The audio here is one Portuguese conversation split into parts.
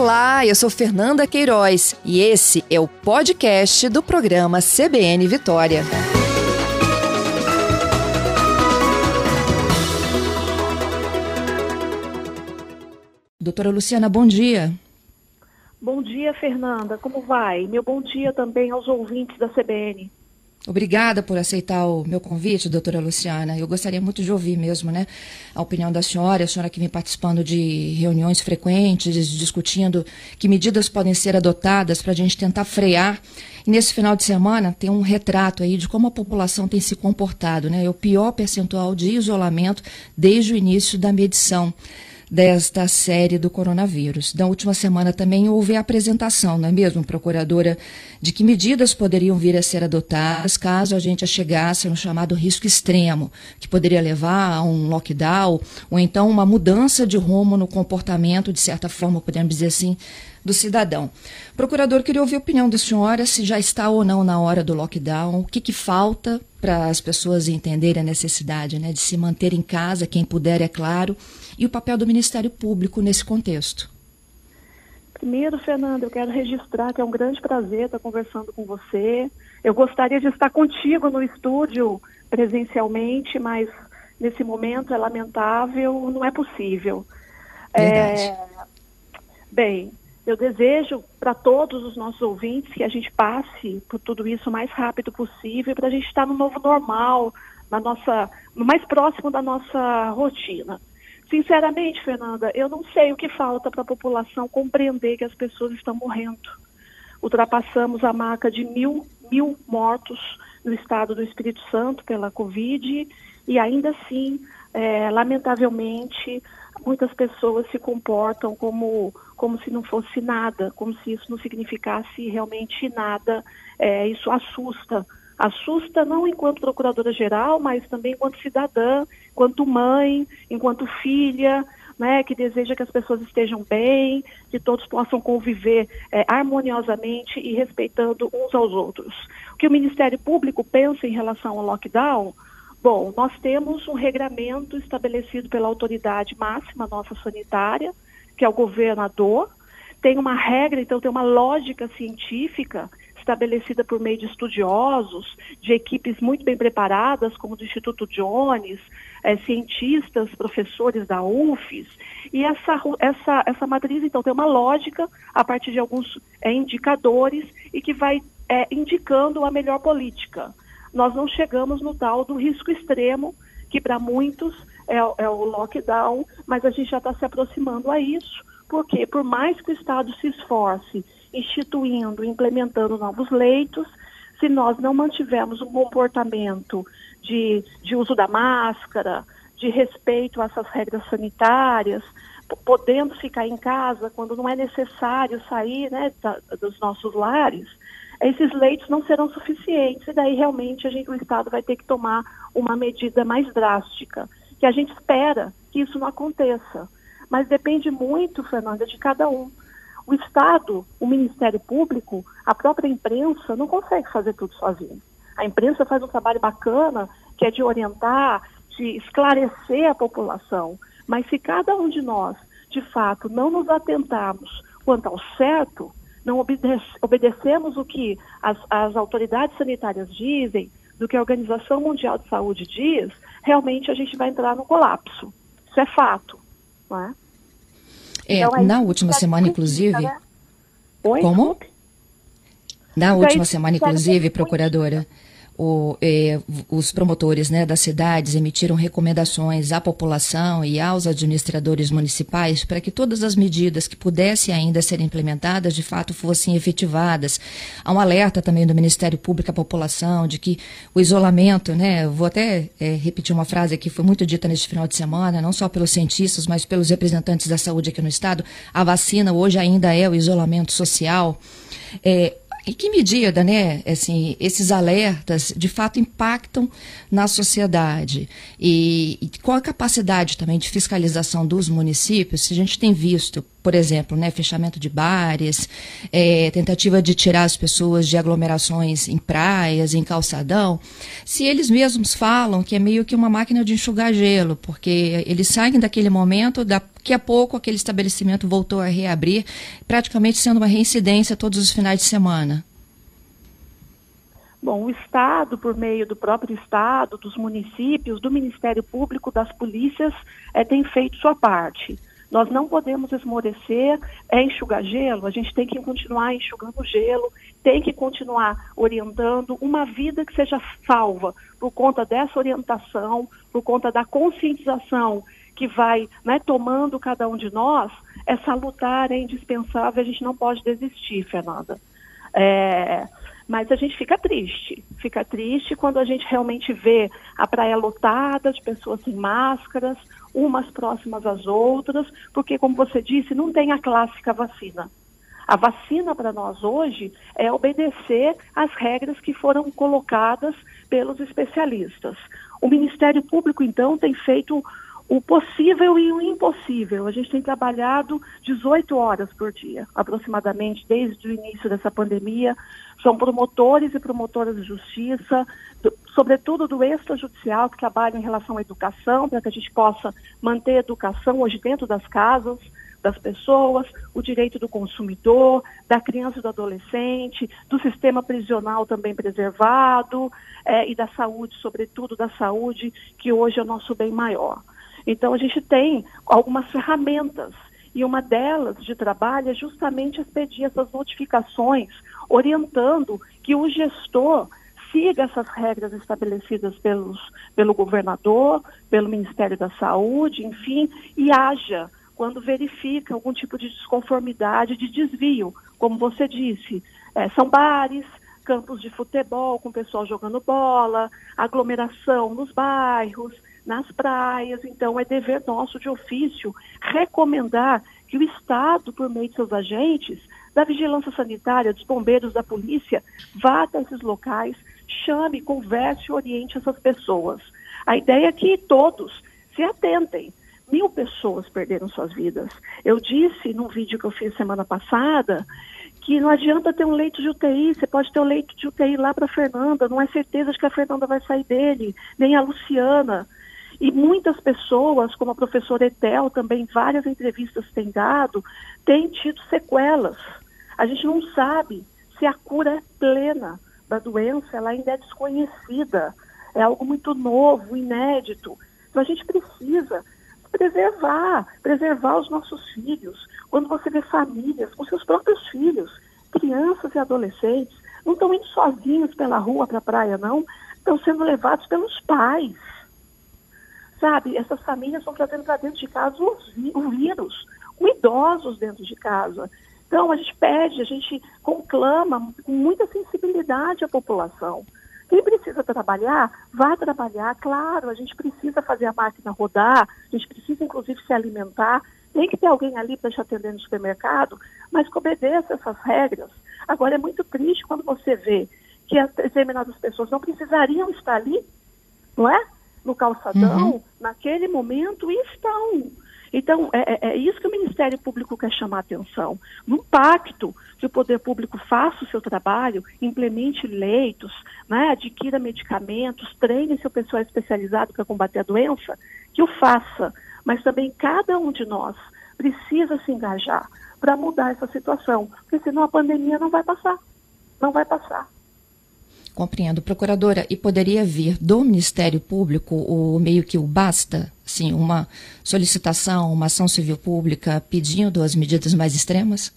Olá, eu sou Fernanda Queiroz e esse é o podcast do programa CBN Vitória. Doutora Luciana, bom dia. Bom dia, Fernanda. Como vai? Meu bom dia também aos ouvintes da CBN. Obrigada por aceitar o meu convite, doutora Luciana. Eu gostaria muito de ouvir mesmo, a opinião da senhora, que vem participando de reuniões frequentes, discutindo que medidas podem ser adotadas para a gente tentar frear. E nesse final de semana tem um retrato aí de como a população tem se comportado, É o pior percentual de isolamento desde o início da medição desta série do coronavírus. Na última semana também houve a apresentação, não é mesmo, procuradora, de que medidas poderiam vir a ser adotadas caso a gente chegasse no chamado risco extremo, que poderia levar a um lockdown ou então uma mudança de rumo no comportamento, de certa forma, podemos dizer assim, do cidadão. Procurador, queria ouvir a opinião da senhora, se já está ou não na hora do lockdown, o que falta para as pessoas entenderem a necessidade, de se manter em casa, quem puder, é claro, e o papel do Ministério Público nesse contexto. Primeiro, Fernanda, eu quero registrar que é um grande prazer estar conversando com você. Eu gostaria de estar contigo no estúdio presencialmente, mas nesse momento é lamentável, não é possível. Bem, eu desejo para todos os nossos ouvintes que a gente passe por tudo isso o mais rápido possível para a gente estar no novo normal, no mais próximo da nossa rotina. Sinceramente, Fernanda, eu não sei o que falta para a população compreender que as pessoas estão morrendo. Ultrapassamos a marca de mil mortos no estado do Espírito Santo pela Covid e ainda assim, lamentavelmente, muitas pessoas se comportam como se não fosse nada, como se isso não significasse realmente nada. Isso assusta. Assusta não enquanto procuradora-geral, mas também enquanto cidadã, enquanto mãe, enquanto filha, que deseja que as pessoas estejam bem, que todos possam conviver harmoniosamente e respeitando uns aos outros. O que o Ministério Público pensa em relação ao lockdown? Bom, nós temos um regramento estabelecido pela autoridade máxima nossa sanitária, que é o governador. Tem uma regra, então tem uma lógica científica estabelecida por meio de estudiosos, de equipes muito bem preparadas, como do Instituto Jones, cientistas, professores da UFES, e essa matriz, então, tem uma lógica a partir de alguns indicadores e que vai indicando a melhor política. Nós não chegamos no tal do risco extremo, que para muitos é o lockdown, mas a gente já está se aproximando a isso, porque por mais que o Estado se esforce instituindo, implementando novos leitos, se nós não mantivermos um comportamento de uso da máscara, de respeito a essas regras sanitárias, podendo ficar em casa quando não é necessário sair dos nossos lares, esses leitos não serão suficientes e daí realmente o Estado vai ter que tomar uma medida mais drástica, que a gente espera que isso não aconteça. Mas depende muito, Fernanda, de cada um. O Estado, o Ministério Público, a própria imprensa não consegue fazer tudo sozinho. A imprensa faz um trabalho bacana, que é de orientar, de esclarecer a população. Mas se cada um de nós, de fato, não nos atentarmos quanto ao certo, não obedecemos o que as autoridades sanitárias dizem, do que a Organização Mundial de Saúde diz, realmente a gente vai entrar no colapso. Isso é fato, não é? Então, na última semana, inclusive... Oi, como? Desculpe. Na última semana, inclusive, procuradora, os promotores das cidades emitiram recomendações à população e aos administradores municipais para que todas as medidas que pudessem ainda ser implementadas, de fato, fossem efetivadas. Há um alerta também do Ministério Público à população de que o isolamento, vou até repetir uma frase que foi muito dita neste final de semana, não só pelos cientistas, mas pelos representantes da saúde aqui no Estado, a vacina hoje ainda é o isolamento social. Em que medida, esses alertas, de fato, impactam na sociedade? E qual a capacidade também de fiscalização dos municípios? Se a gente tem visto por exemplo, né, fechamento de bares, tentativa de tirar as pessoas de aglomerações em praias, em calçadão, se eles mesmos falam que é meio que uma máquina de enxugar gelo, porque eles saem daquele momento, daqui a pouco aquele estabelecimento voltou a reabrir, praticamente sendo uma reincidência todos os finais de semana. Bom, o Estado, por meio do próprio Estado, dos municípios, do Ministério Público, das polícias, tem feito sua parte. Nós não podemos esmorecer, enxugar gelo, a gente tem que continuar enxugando gelo, tem que continuar orientando uma vida que seja salva por conta dessa orientação, por conta da conscientização que vai, né, tomando cada um de nós. Essa lutar é indispensável, a gente não pode desistir, Fernanda. Mas a gente fica triste quando a gente realmente vê a praia lotada de pessoas sem máscaras, umas próximas às outras, porque, como você disse, não tem a clássica vacina. A vacina para nós hoje é obedecer às regras que foram colocadas pelos especialistas. O Ministério Público, então, tem feito o possível e o impossível. A gente tem trabalhado 18 horas por dia, aproximadamente, desde o início dessa pandemia. São promotores e promotoras de justiça, sobretudo do extrajudicial, que trabalham em relação à educação, para que a gente possa manter a educação hoje dentro das casas das pessoas, o direito do consumidor, da criança e do adolescente, do sistema prisional também preservado, e da saúde, sobretudo da saúde, que hoje é o nosso bem maior. Então, a gente tem algumas ferramentas, e uma delas de trabalho é justamente expedir essas notificações, orientando que o gestor siga essas regras estabelecidas pelo governador, pelo Ministério da Saúde, enfim, e haja quando verifica algum tipo de desconformidade, de desvio. Como você disse, são bares, campos de futebol com o pessoal jogando bola, aglomeração nos bairros, nas praias. Então, é dever nosso de ofício recomendar que o Estado, por meio de seus agentes, da vigilância sanitária, dos bombeiros, da polícia, vá até esses locais, chame, converse, oriente essas pessoas. A ideia é que todos se atentem. 1.000 pessoas perderam suas vidas. Eu disse num vídeo que eu fiz semana passada que não adianta ter um leito de UTI, você pode ter um leito de UTI lá para a Fernanda, não é certeza de que a Fernanda vai sair dele, nem a Luciana. E muitas pessoas, como a professora Etel, também várias entrevistas têm dado, têm tido sequelas. A gente não sabe se a cura é plena da doença, ela ainda é desconhecida, é algo muito novo, inédito. Então a gente precisa preservar os nossos filhos. Quando você vê famílias com seus próprios filhos, crianças e adolescentes, não estão indo sozinhos pela rua, para a praia, não, estão sendo levados pelos pais. Sabe, essas famílias estão trazendo para dentro de casa o vírus, com idosos dentro de casa. Então, a gente pede, a gente conclama com muita sensibilidade à população. Quem precisa trabalhar, vá trabalhar. Claro, a gente precisa fazer a máquina rodar, a gente precisa, inclusive, se alimentar. Tem que ter alguém ali para te atender no supermercado, mas que obedeça essas regras. Agora, é muito triste quando você vê que determinadas pessoas não precisariam estar ali, não é? No calçadão, naquele momento, e estão. Então, é isso que o Ministério Público quer chamar a atenção. Num pacto que o poder público faça o seu trabalho, implemente leitos, né, adquira medicamentos, treine seu pessoal especializado para combater a doença, que o faça. Mas também cada um de nós precisa se engajar para mudar essa situação, porque senão a pandemia não vai passar. Não vai passar. Compreendo, procuradora, e poderia vir do Ministério Público o meio que o basta, sim, uma solicitação, uma ação civil pública pedindo as medidas mais extremas?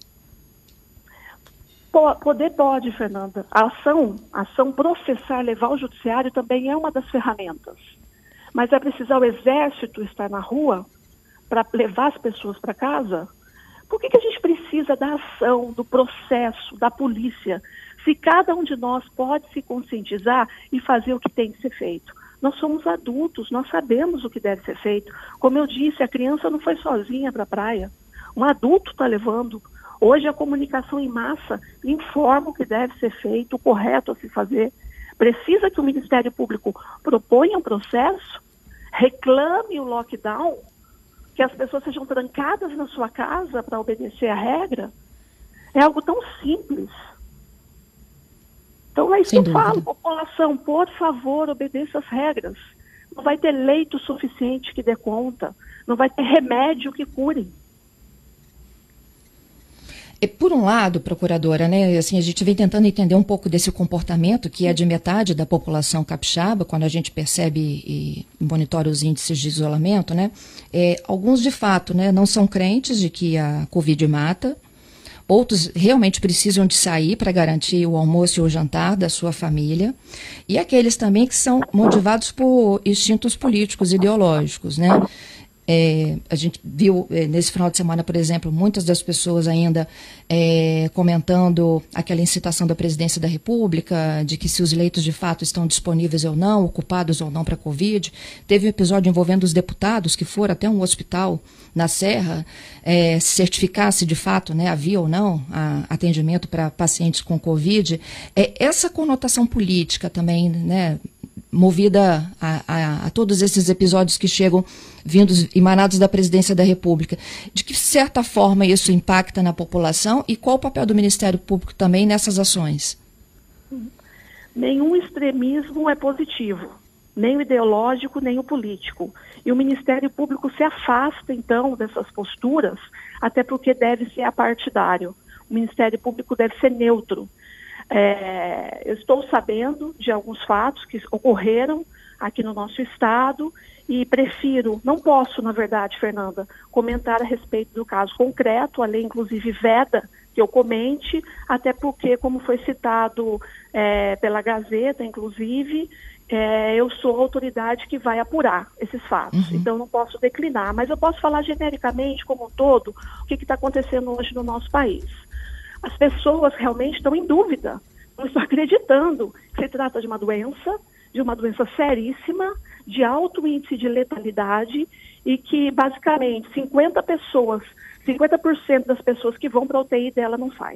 Pode, Fernanda. A ação processar, levar ao judiciário também é uma das ferramentas. Mas vai precisar o exército estar na rua para levar as pessoas para casa? Por que a gente precisa da ação, do processo, da polícia? Se cada um de nós pode se conscientizar e fazer o que tem que ser feito. Nós somos adultos, nós sabemos o que deve ser feito. Como eu disse, a criança não foi sozinha para a praia. Um adulto está levando. Hoje a comunicação em massa informa o que deve ser feito, o correto a se fazer. Precisa que o Ministério Público proponha um processo, reclame o lockdown, que as pessoas sejam trancadas na sua casa para obedecer a regra, é algo tão simples. Então é isso que eu falo, população, por favor, obedeça as regras. Não vai ter leito suficiente que dê conta, não vai ter remédio que cure. Por um lado, procuradora, né, assim, a gente vem tentando entender um pouco desse comportamento que é de metade da população capixaba, quando a gente percebe e monitora os índices de isolamento, né, alguns de fato, né, não são crentes de que a Covid mata, outros realmente precisam de sair para garantir o almoço e o jantar da sua família, e aqueles também que são motivados por instintos políticos, ideológicos, né. A gente viu nesse final de semana, por exemplo, muitas das pessoas ainda comentando aquela incitação da presidência da República, de que se os leitos de fato estão disponíveis ou não, ocupados ou não para a Covid. Teve um episódio envolvendo os deputados que foram até um hospital na Serra certificar se de fato, né, havia ou não atendimento para pacientes com Covid. Essa conotação política também, né, movida a todos esses episódios que chegam vindos, emanados da presidência da República, de que certa forma isso impacta na população e qual o papel do Ministério Público também nessas ações? Nenhum extremismo é positivo, nem o ideológico, nem o político. E o Ministério Público se afasta, então, dessas posturas, até porque deve ser apartidário. O Ministério Público deve ser neutro. Eu estou sabendo de alguns fatos que ocorreram aqui no nosso estado e não posso, na verdade, Fernanda, comentar a respeito do caso concreto, a lei inclusive veda que eu comente, até porque, como foi citado pela Gazeta, inclusive, eu sou a autoridade que vai apurar esses fatos, então não posso declinar, mas eu posso falar genericamente, como um todo, o que está acontecendo hoje no nosso país. As pessoas realmente estão em dúvida, não estão acreditando que se trata de uma doença seríssima, de alto índice de letalidade e que, basicamente, 50% das pessoas que vão para a UTI dela não saem.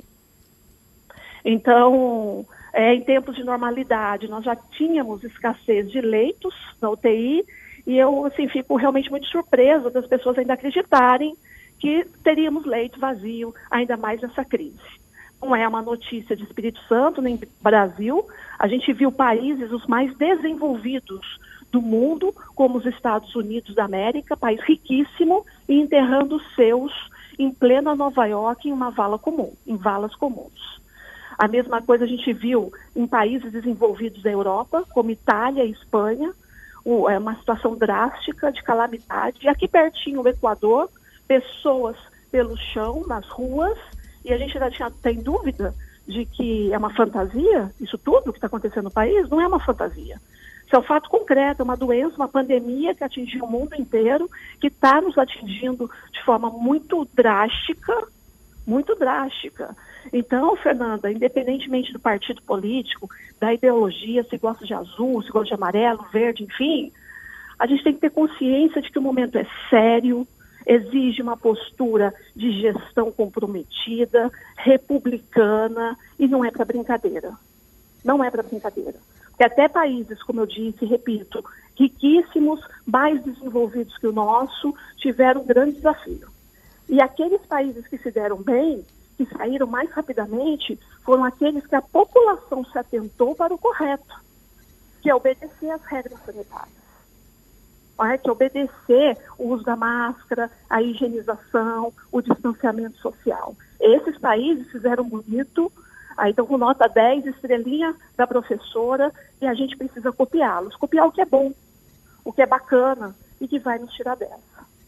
Então, em tempos de normalidade, nós já tínhamos escassez de leitos na UTI e eu, assim, fico realmente muito surpresa das pessoas ainda acreditarem que teríamos leito vazio, ainda mais nessa crise. Não é uma notícia de Espírito Santo, nem de Brasil. A gente viu países os mais desenvolvidos do mundo, como os Estados Unidos da América, país riquíssimo, e enterrando os seus em plena Nova York em valas comuns. A mesma coisa a gente viu em países desenvolvidos da Europa, como Itália e Espanha, uma situação drástica de calamidade. E aqui pertinho, o Equador, pessoas pelo chão, nas ruas, e a gente ainda tem dúvida de que é uma fantasia, isso tudo que está acontecendo no país, não é uma fantasia. Isso é um fato concreto, é uma doença, uma pandemia que atingiu o mundo inteiro, que está nos atingindo de forma muito drástica, muito drástica. Então, Fernanda, independentemente do partido político, da ideologia, se gosta de azul, se gosta de amarelo, verde, enfim, a gente tem que ter consciência de que o momento é sério, exige uma postura de gestão comprometida, republicana, e não é para brincadeira. Não é para brincadeira. Porque até países, como eu disse, repito, riquíssimos, mais desenvolvidos que o nosso, tiveram um grande desafio. E aqueles países que se deram bem, que saíram mais rapidamente, foram aqueles que a população se atentou para o correto, que é obedecer às regras sanitárias. Que obedecer o uso da máscara, a higienização, o distanciamento social. Esses países fizeram bonito, aí estão com nota 10, estrelinha da professora, e a gente precisa copiá-los. Copiar o que é bom, o que é bacana e que vai nos tirar dessa.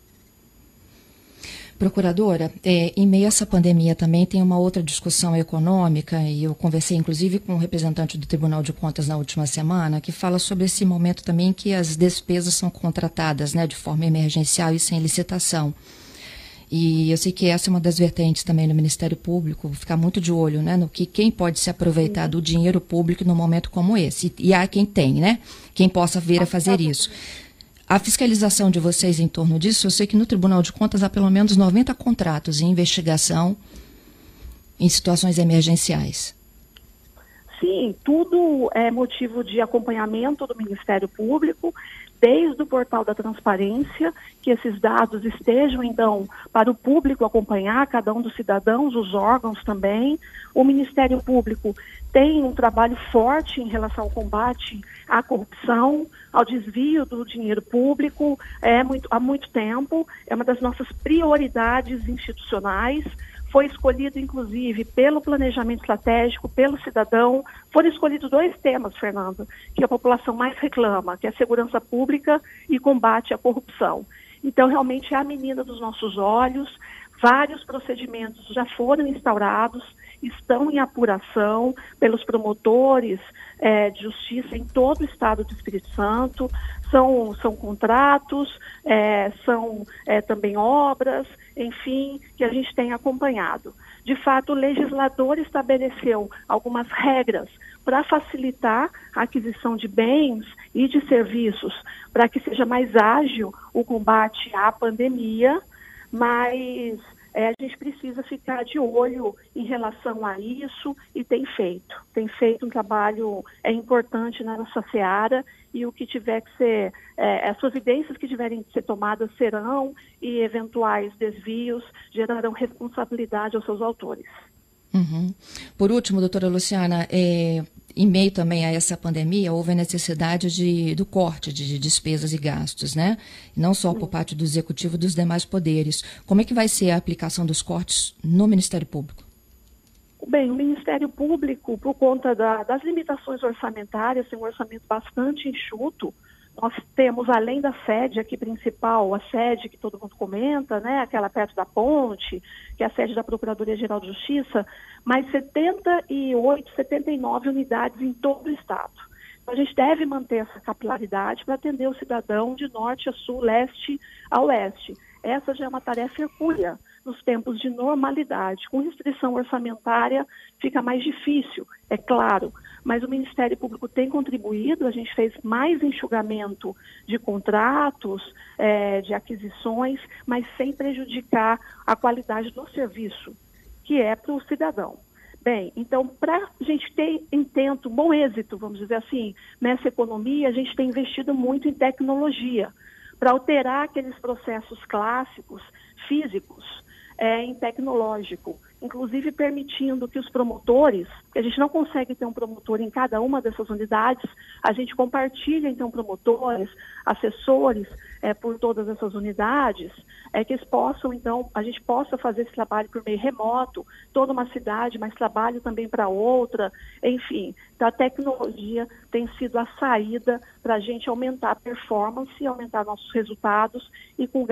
Procuradora, em meio a essa pandemia também tem uma outra discussão econômica, e eu conversei inclusive com um representante do Tribunal de Contas na última semana, que fala sobre esse momento também que as despesas são contratadas, né, de forma emergencial e sem licitação. E eu sei que essa é uma das vertentes também no Ministério Público, ficar muito de olho, né, no que quem pode se aproveitar do dinheiro público num momento como esse. E há quem tem, né, quem possa vir a fazer isso. A fiscalização de vocês em torno disso, eu sei que no Tribunal de Contas há pelo menos 90 contratos em investigação em situações emergenciais. Sim, tudo é motivo de acompanhamento do Ministério Público. desde o portal da transparência, que esses dados estejam, então, para o público acompanhar, cada um dos cidadãos, os órgãos também. O Ministério Público tem um trabalho forte em relação ao combate à corrupção, ao desvio do dinheiro público, há muito tempo, é uma das nossas prioridades institucionais. Foi escolhido, inclusive, pelo planejamento estratégico, pelo cidadão. Foram escolhidos 2 temas, Fernando, que a população mais reclama, que é segurança pública e combate à corrupção. Então, realmente, é a menina dos nossos olhos. Vários procedimentos já foram instaurados, estão em apuração pelos promotores de justiça em todo o estado do Espírito Santo. São contratos, são também obras, enfim, que a gente tem acompanhado. De fato, o legislador estabeleceu algumas regras para facilitar a aquisição de bens e de serviços, para que seja mais ágil o combate à pandemia, mas a gente precisa ficar de olho em relação a isso e tem feito um trabalho importante na nossa seara, e o que tiver que ser, as providências que tiverem que ser tomadas serão, e eventuais desvios gerarão responsabilidade aos seus autores. Uhum. Por último, doutora Luciana, em meio também a essa pandemia, houve a necessidade do corte de despesas e gastos, né? Não só por parte do Executivo e dos demais poderes. Como é que vai ser a aplicação dos cortes no Ministério Público? Bem, o Ministério Público, por conta das limitações orçamentárias, tem um orçamento bastante enxuto. Nós temos, além da sede aqui principal, a sede que todo mundo comenta, né, aquela perto da ponte, que é a sede da Procuradoria-Geral de Justiça, mais 78, 79 unidades em todo o estado. Então, a gente deve manter essa capilaridade para atender o cidadão de norte a sul, leste a oeste. Essa já é uma tarefa hercúlea nos tempos de normalidade. Com restrição orçamentária fica mais difícil, é claro, mas o Ministério Público tem contribuído. A gente fez mais enxugamento de contratos, de aquisições, mas sem prejudicar a qualidade do serviço, que é para o cidadão. Bem, então, para a gente ter intento, bom êxito, vamos dizer assim, nessa economia, a gente tem investido muito em tecnologia, para alterar aqueles processos clássicos, físicos, em tecnológico, inclusive permitindo que os promotores, que a gente não consegue ter um promotor em cada uma dessas unidades, a gente compartilha, então, promotores, assessores por todas essas unidades, que eles possam, então, a gente possa fazer esse trabalho por meio remoto, toda uma cidade, mas trabalho também para outra, enfim. Então, a tecnologia tem sido a saída para a gente aumentar a performance, aumentar nossos resultados e com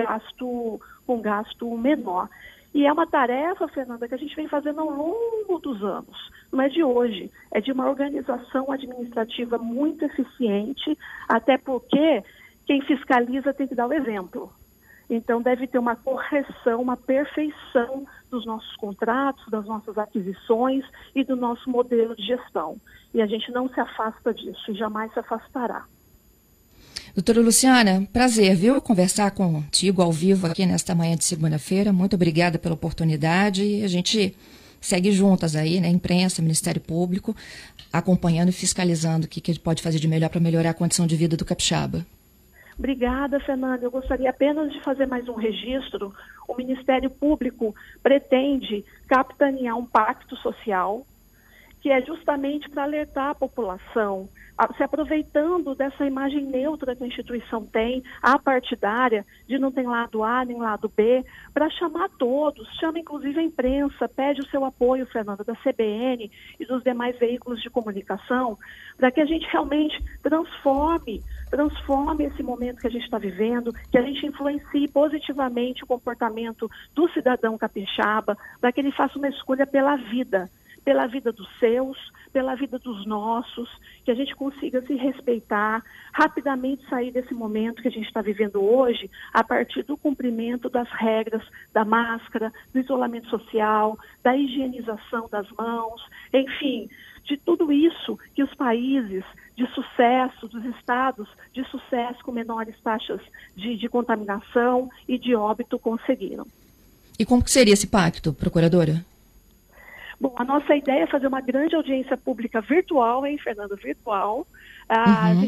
gasto menor. E é uma tarefa, Fernanda, que a gente vem fazendo ao longo dos anos. Não é de hoje, é de uma organização administrativa muito eficiente, até porque quem fiscaliza tem que dar o exemplo. Então, deve ter uma correção, uma perfeição dos nossos contratos, das nossas aquisições e do nosso modelo de gestão. E a gente não se afasta disso e jamais se afastará. Doutora Luciana, prazer, viu, conversar contigo ao vivo aqui nesta manhã de segunda-feira. Muito obrigada pela oportunidade, e a gente segue juntas aí, né, imprensa, Ministério Público, acompanhando e fiscalizando o que a gente pode fazer de melhor para melhorar a condição de vida do capixaba. Obrigada, Fernanda. Eu gostaria apenas de fazer mais um registro. O Ministério Público pretende capitanear um pacto social, que é justamente para alertar a população, se aproveitando dessa imagem neutra que a instituição tem, apartidária, de não tem lado A nem lado B, para chamar todos, chama inclusive a imprensa, pede o seu apoio, Fernanda, da CBN e dos demais veículos de comunicação, para que a gente realmente transforme esse momento que a gente está vivendo, que a gente influencie positivamente o comportamento do cidadão capixaba, para que ele faça uma escolha pela vida dos seus, pela vida dos nossos, que a gente consiga se respeitar, rapidamente sair desse momento que a gente está vivendo hoje, a partir do cumprimento das regras da máscara, do isolamento social, da higienização das mãos, enfim, de tudo isso que os países de sucesso, dos estados de sucesso com menores taxas de contaminação e de óbito conseguiram. E como que seria esse pacto, procuradora? Bom, a nossa ideia é fazer uma grande audiência pública virtual, hein, Fernanda? Virtual. A gente está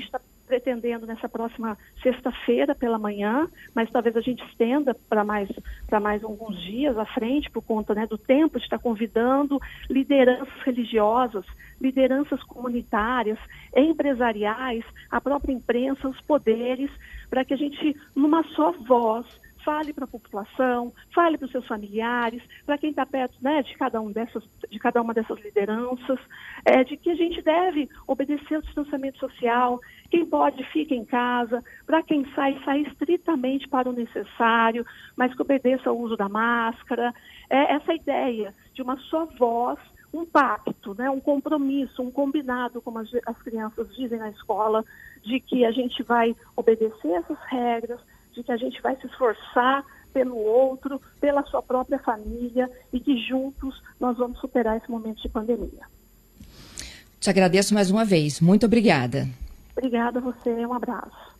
pretendendo nessa próxima sexta-feira pela manhã, mas talvez a gente estenda para mais alguns dias à frente, por conta, né, do tempo de estar convidando lideranças religiosas, lideranças comunitárias, empresariais, a própria imprensa, os poderes, para que a gente, numa só voz, fale para a população, fale para os seus familiares, para quem está perto, né, de cada uma dessas lideranças, de que a gente deve obedecer ao distanciamento social, quem pode fica em casa, para quem sai estritamente para o necessário, mas que obedeça ao uso da máscara. Essa ideia de uma só voz, um pacto, né, um compromisso, um combinado, como as crianças dizem na escola, de que a gente vai obedecer essas regras, de que a gente vai se esforçar pelo outro, pela sua própria família e que juntos nós vamos superar esse momento de pandemia. Te agradeço mais uma vez. Muito obrigada. Obrigada a você. Um abraço.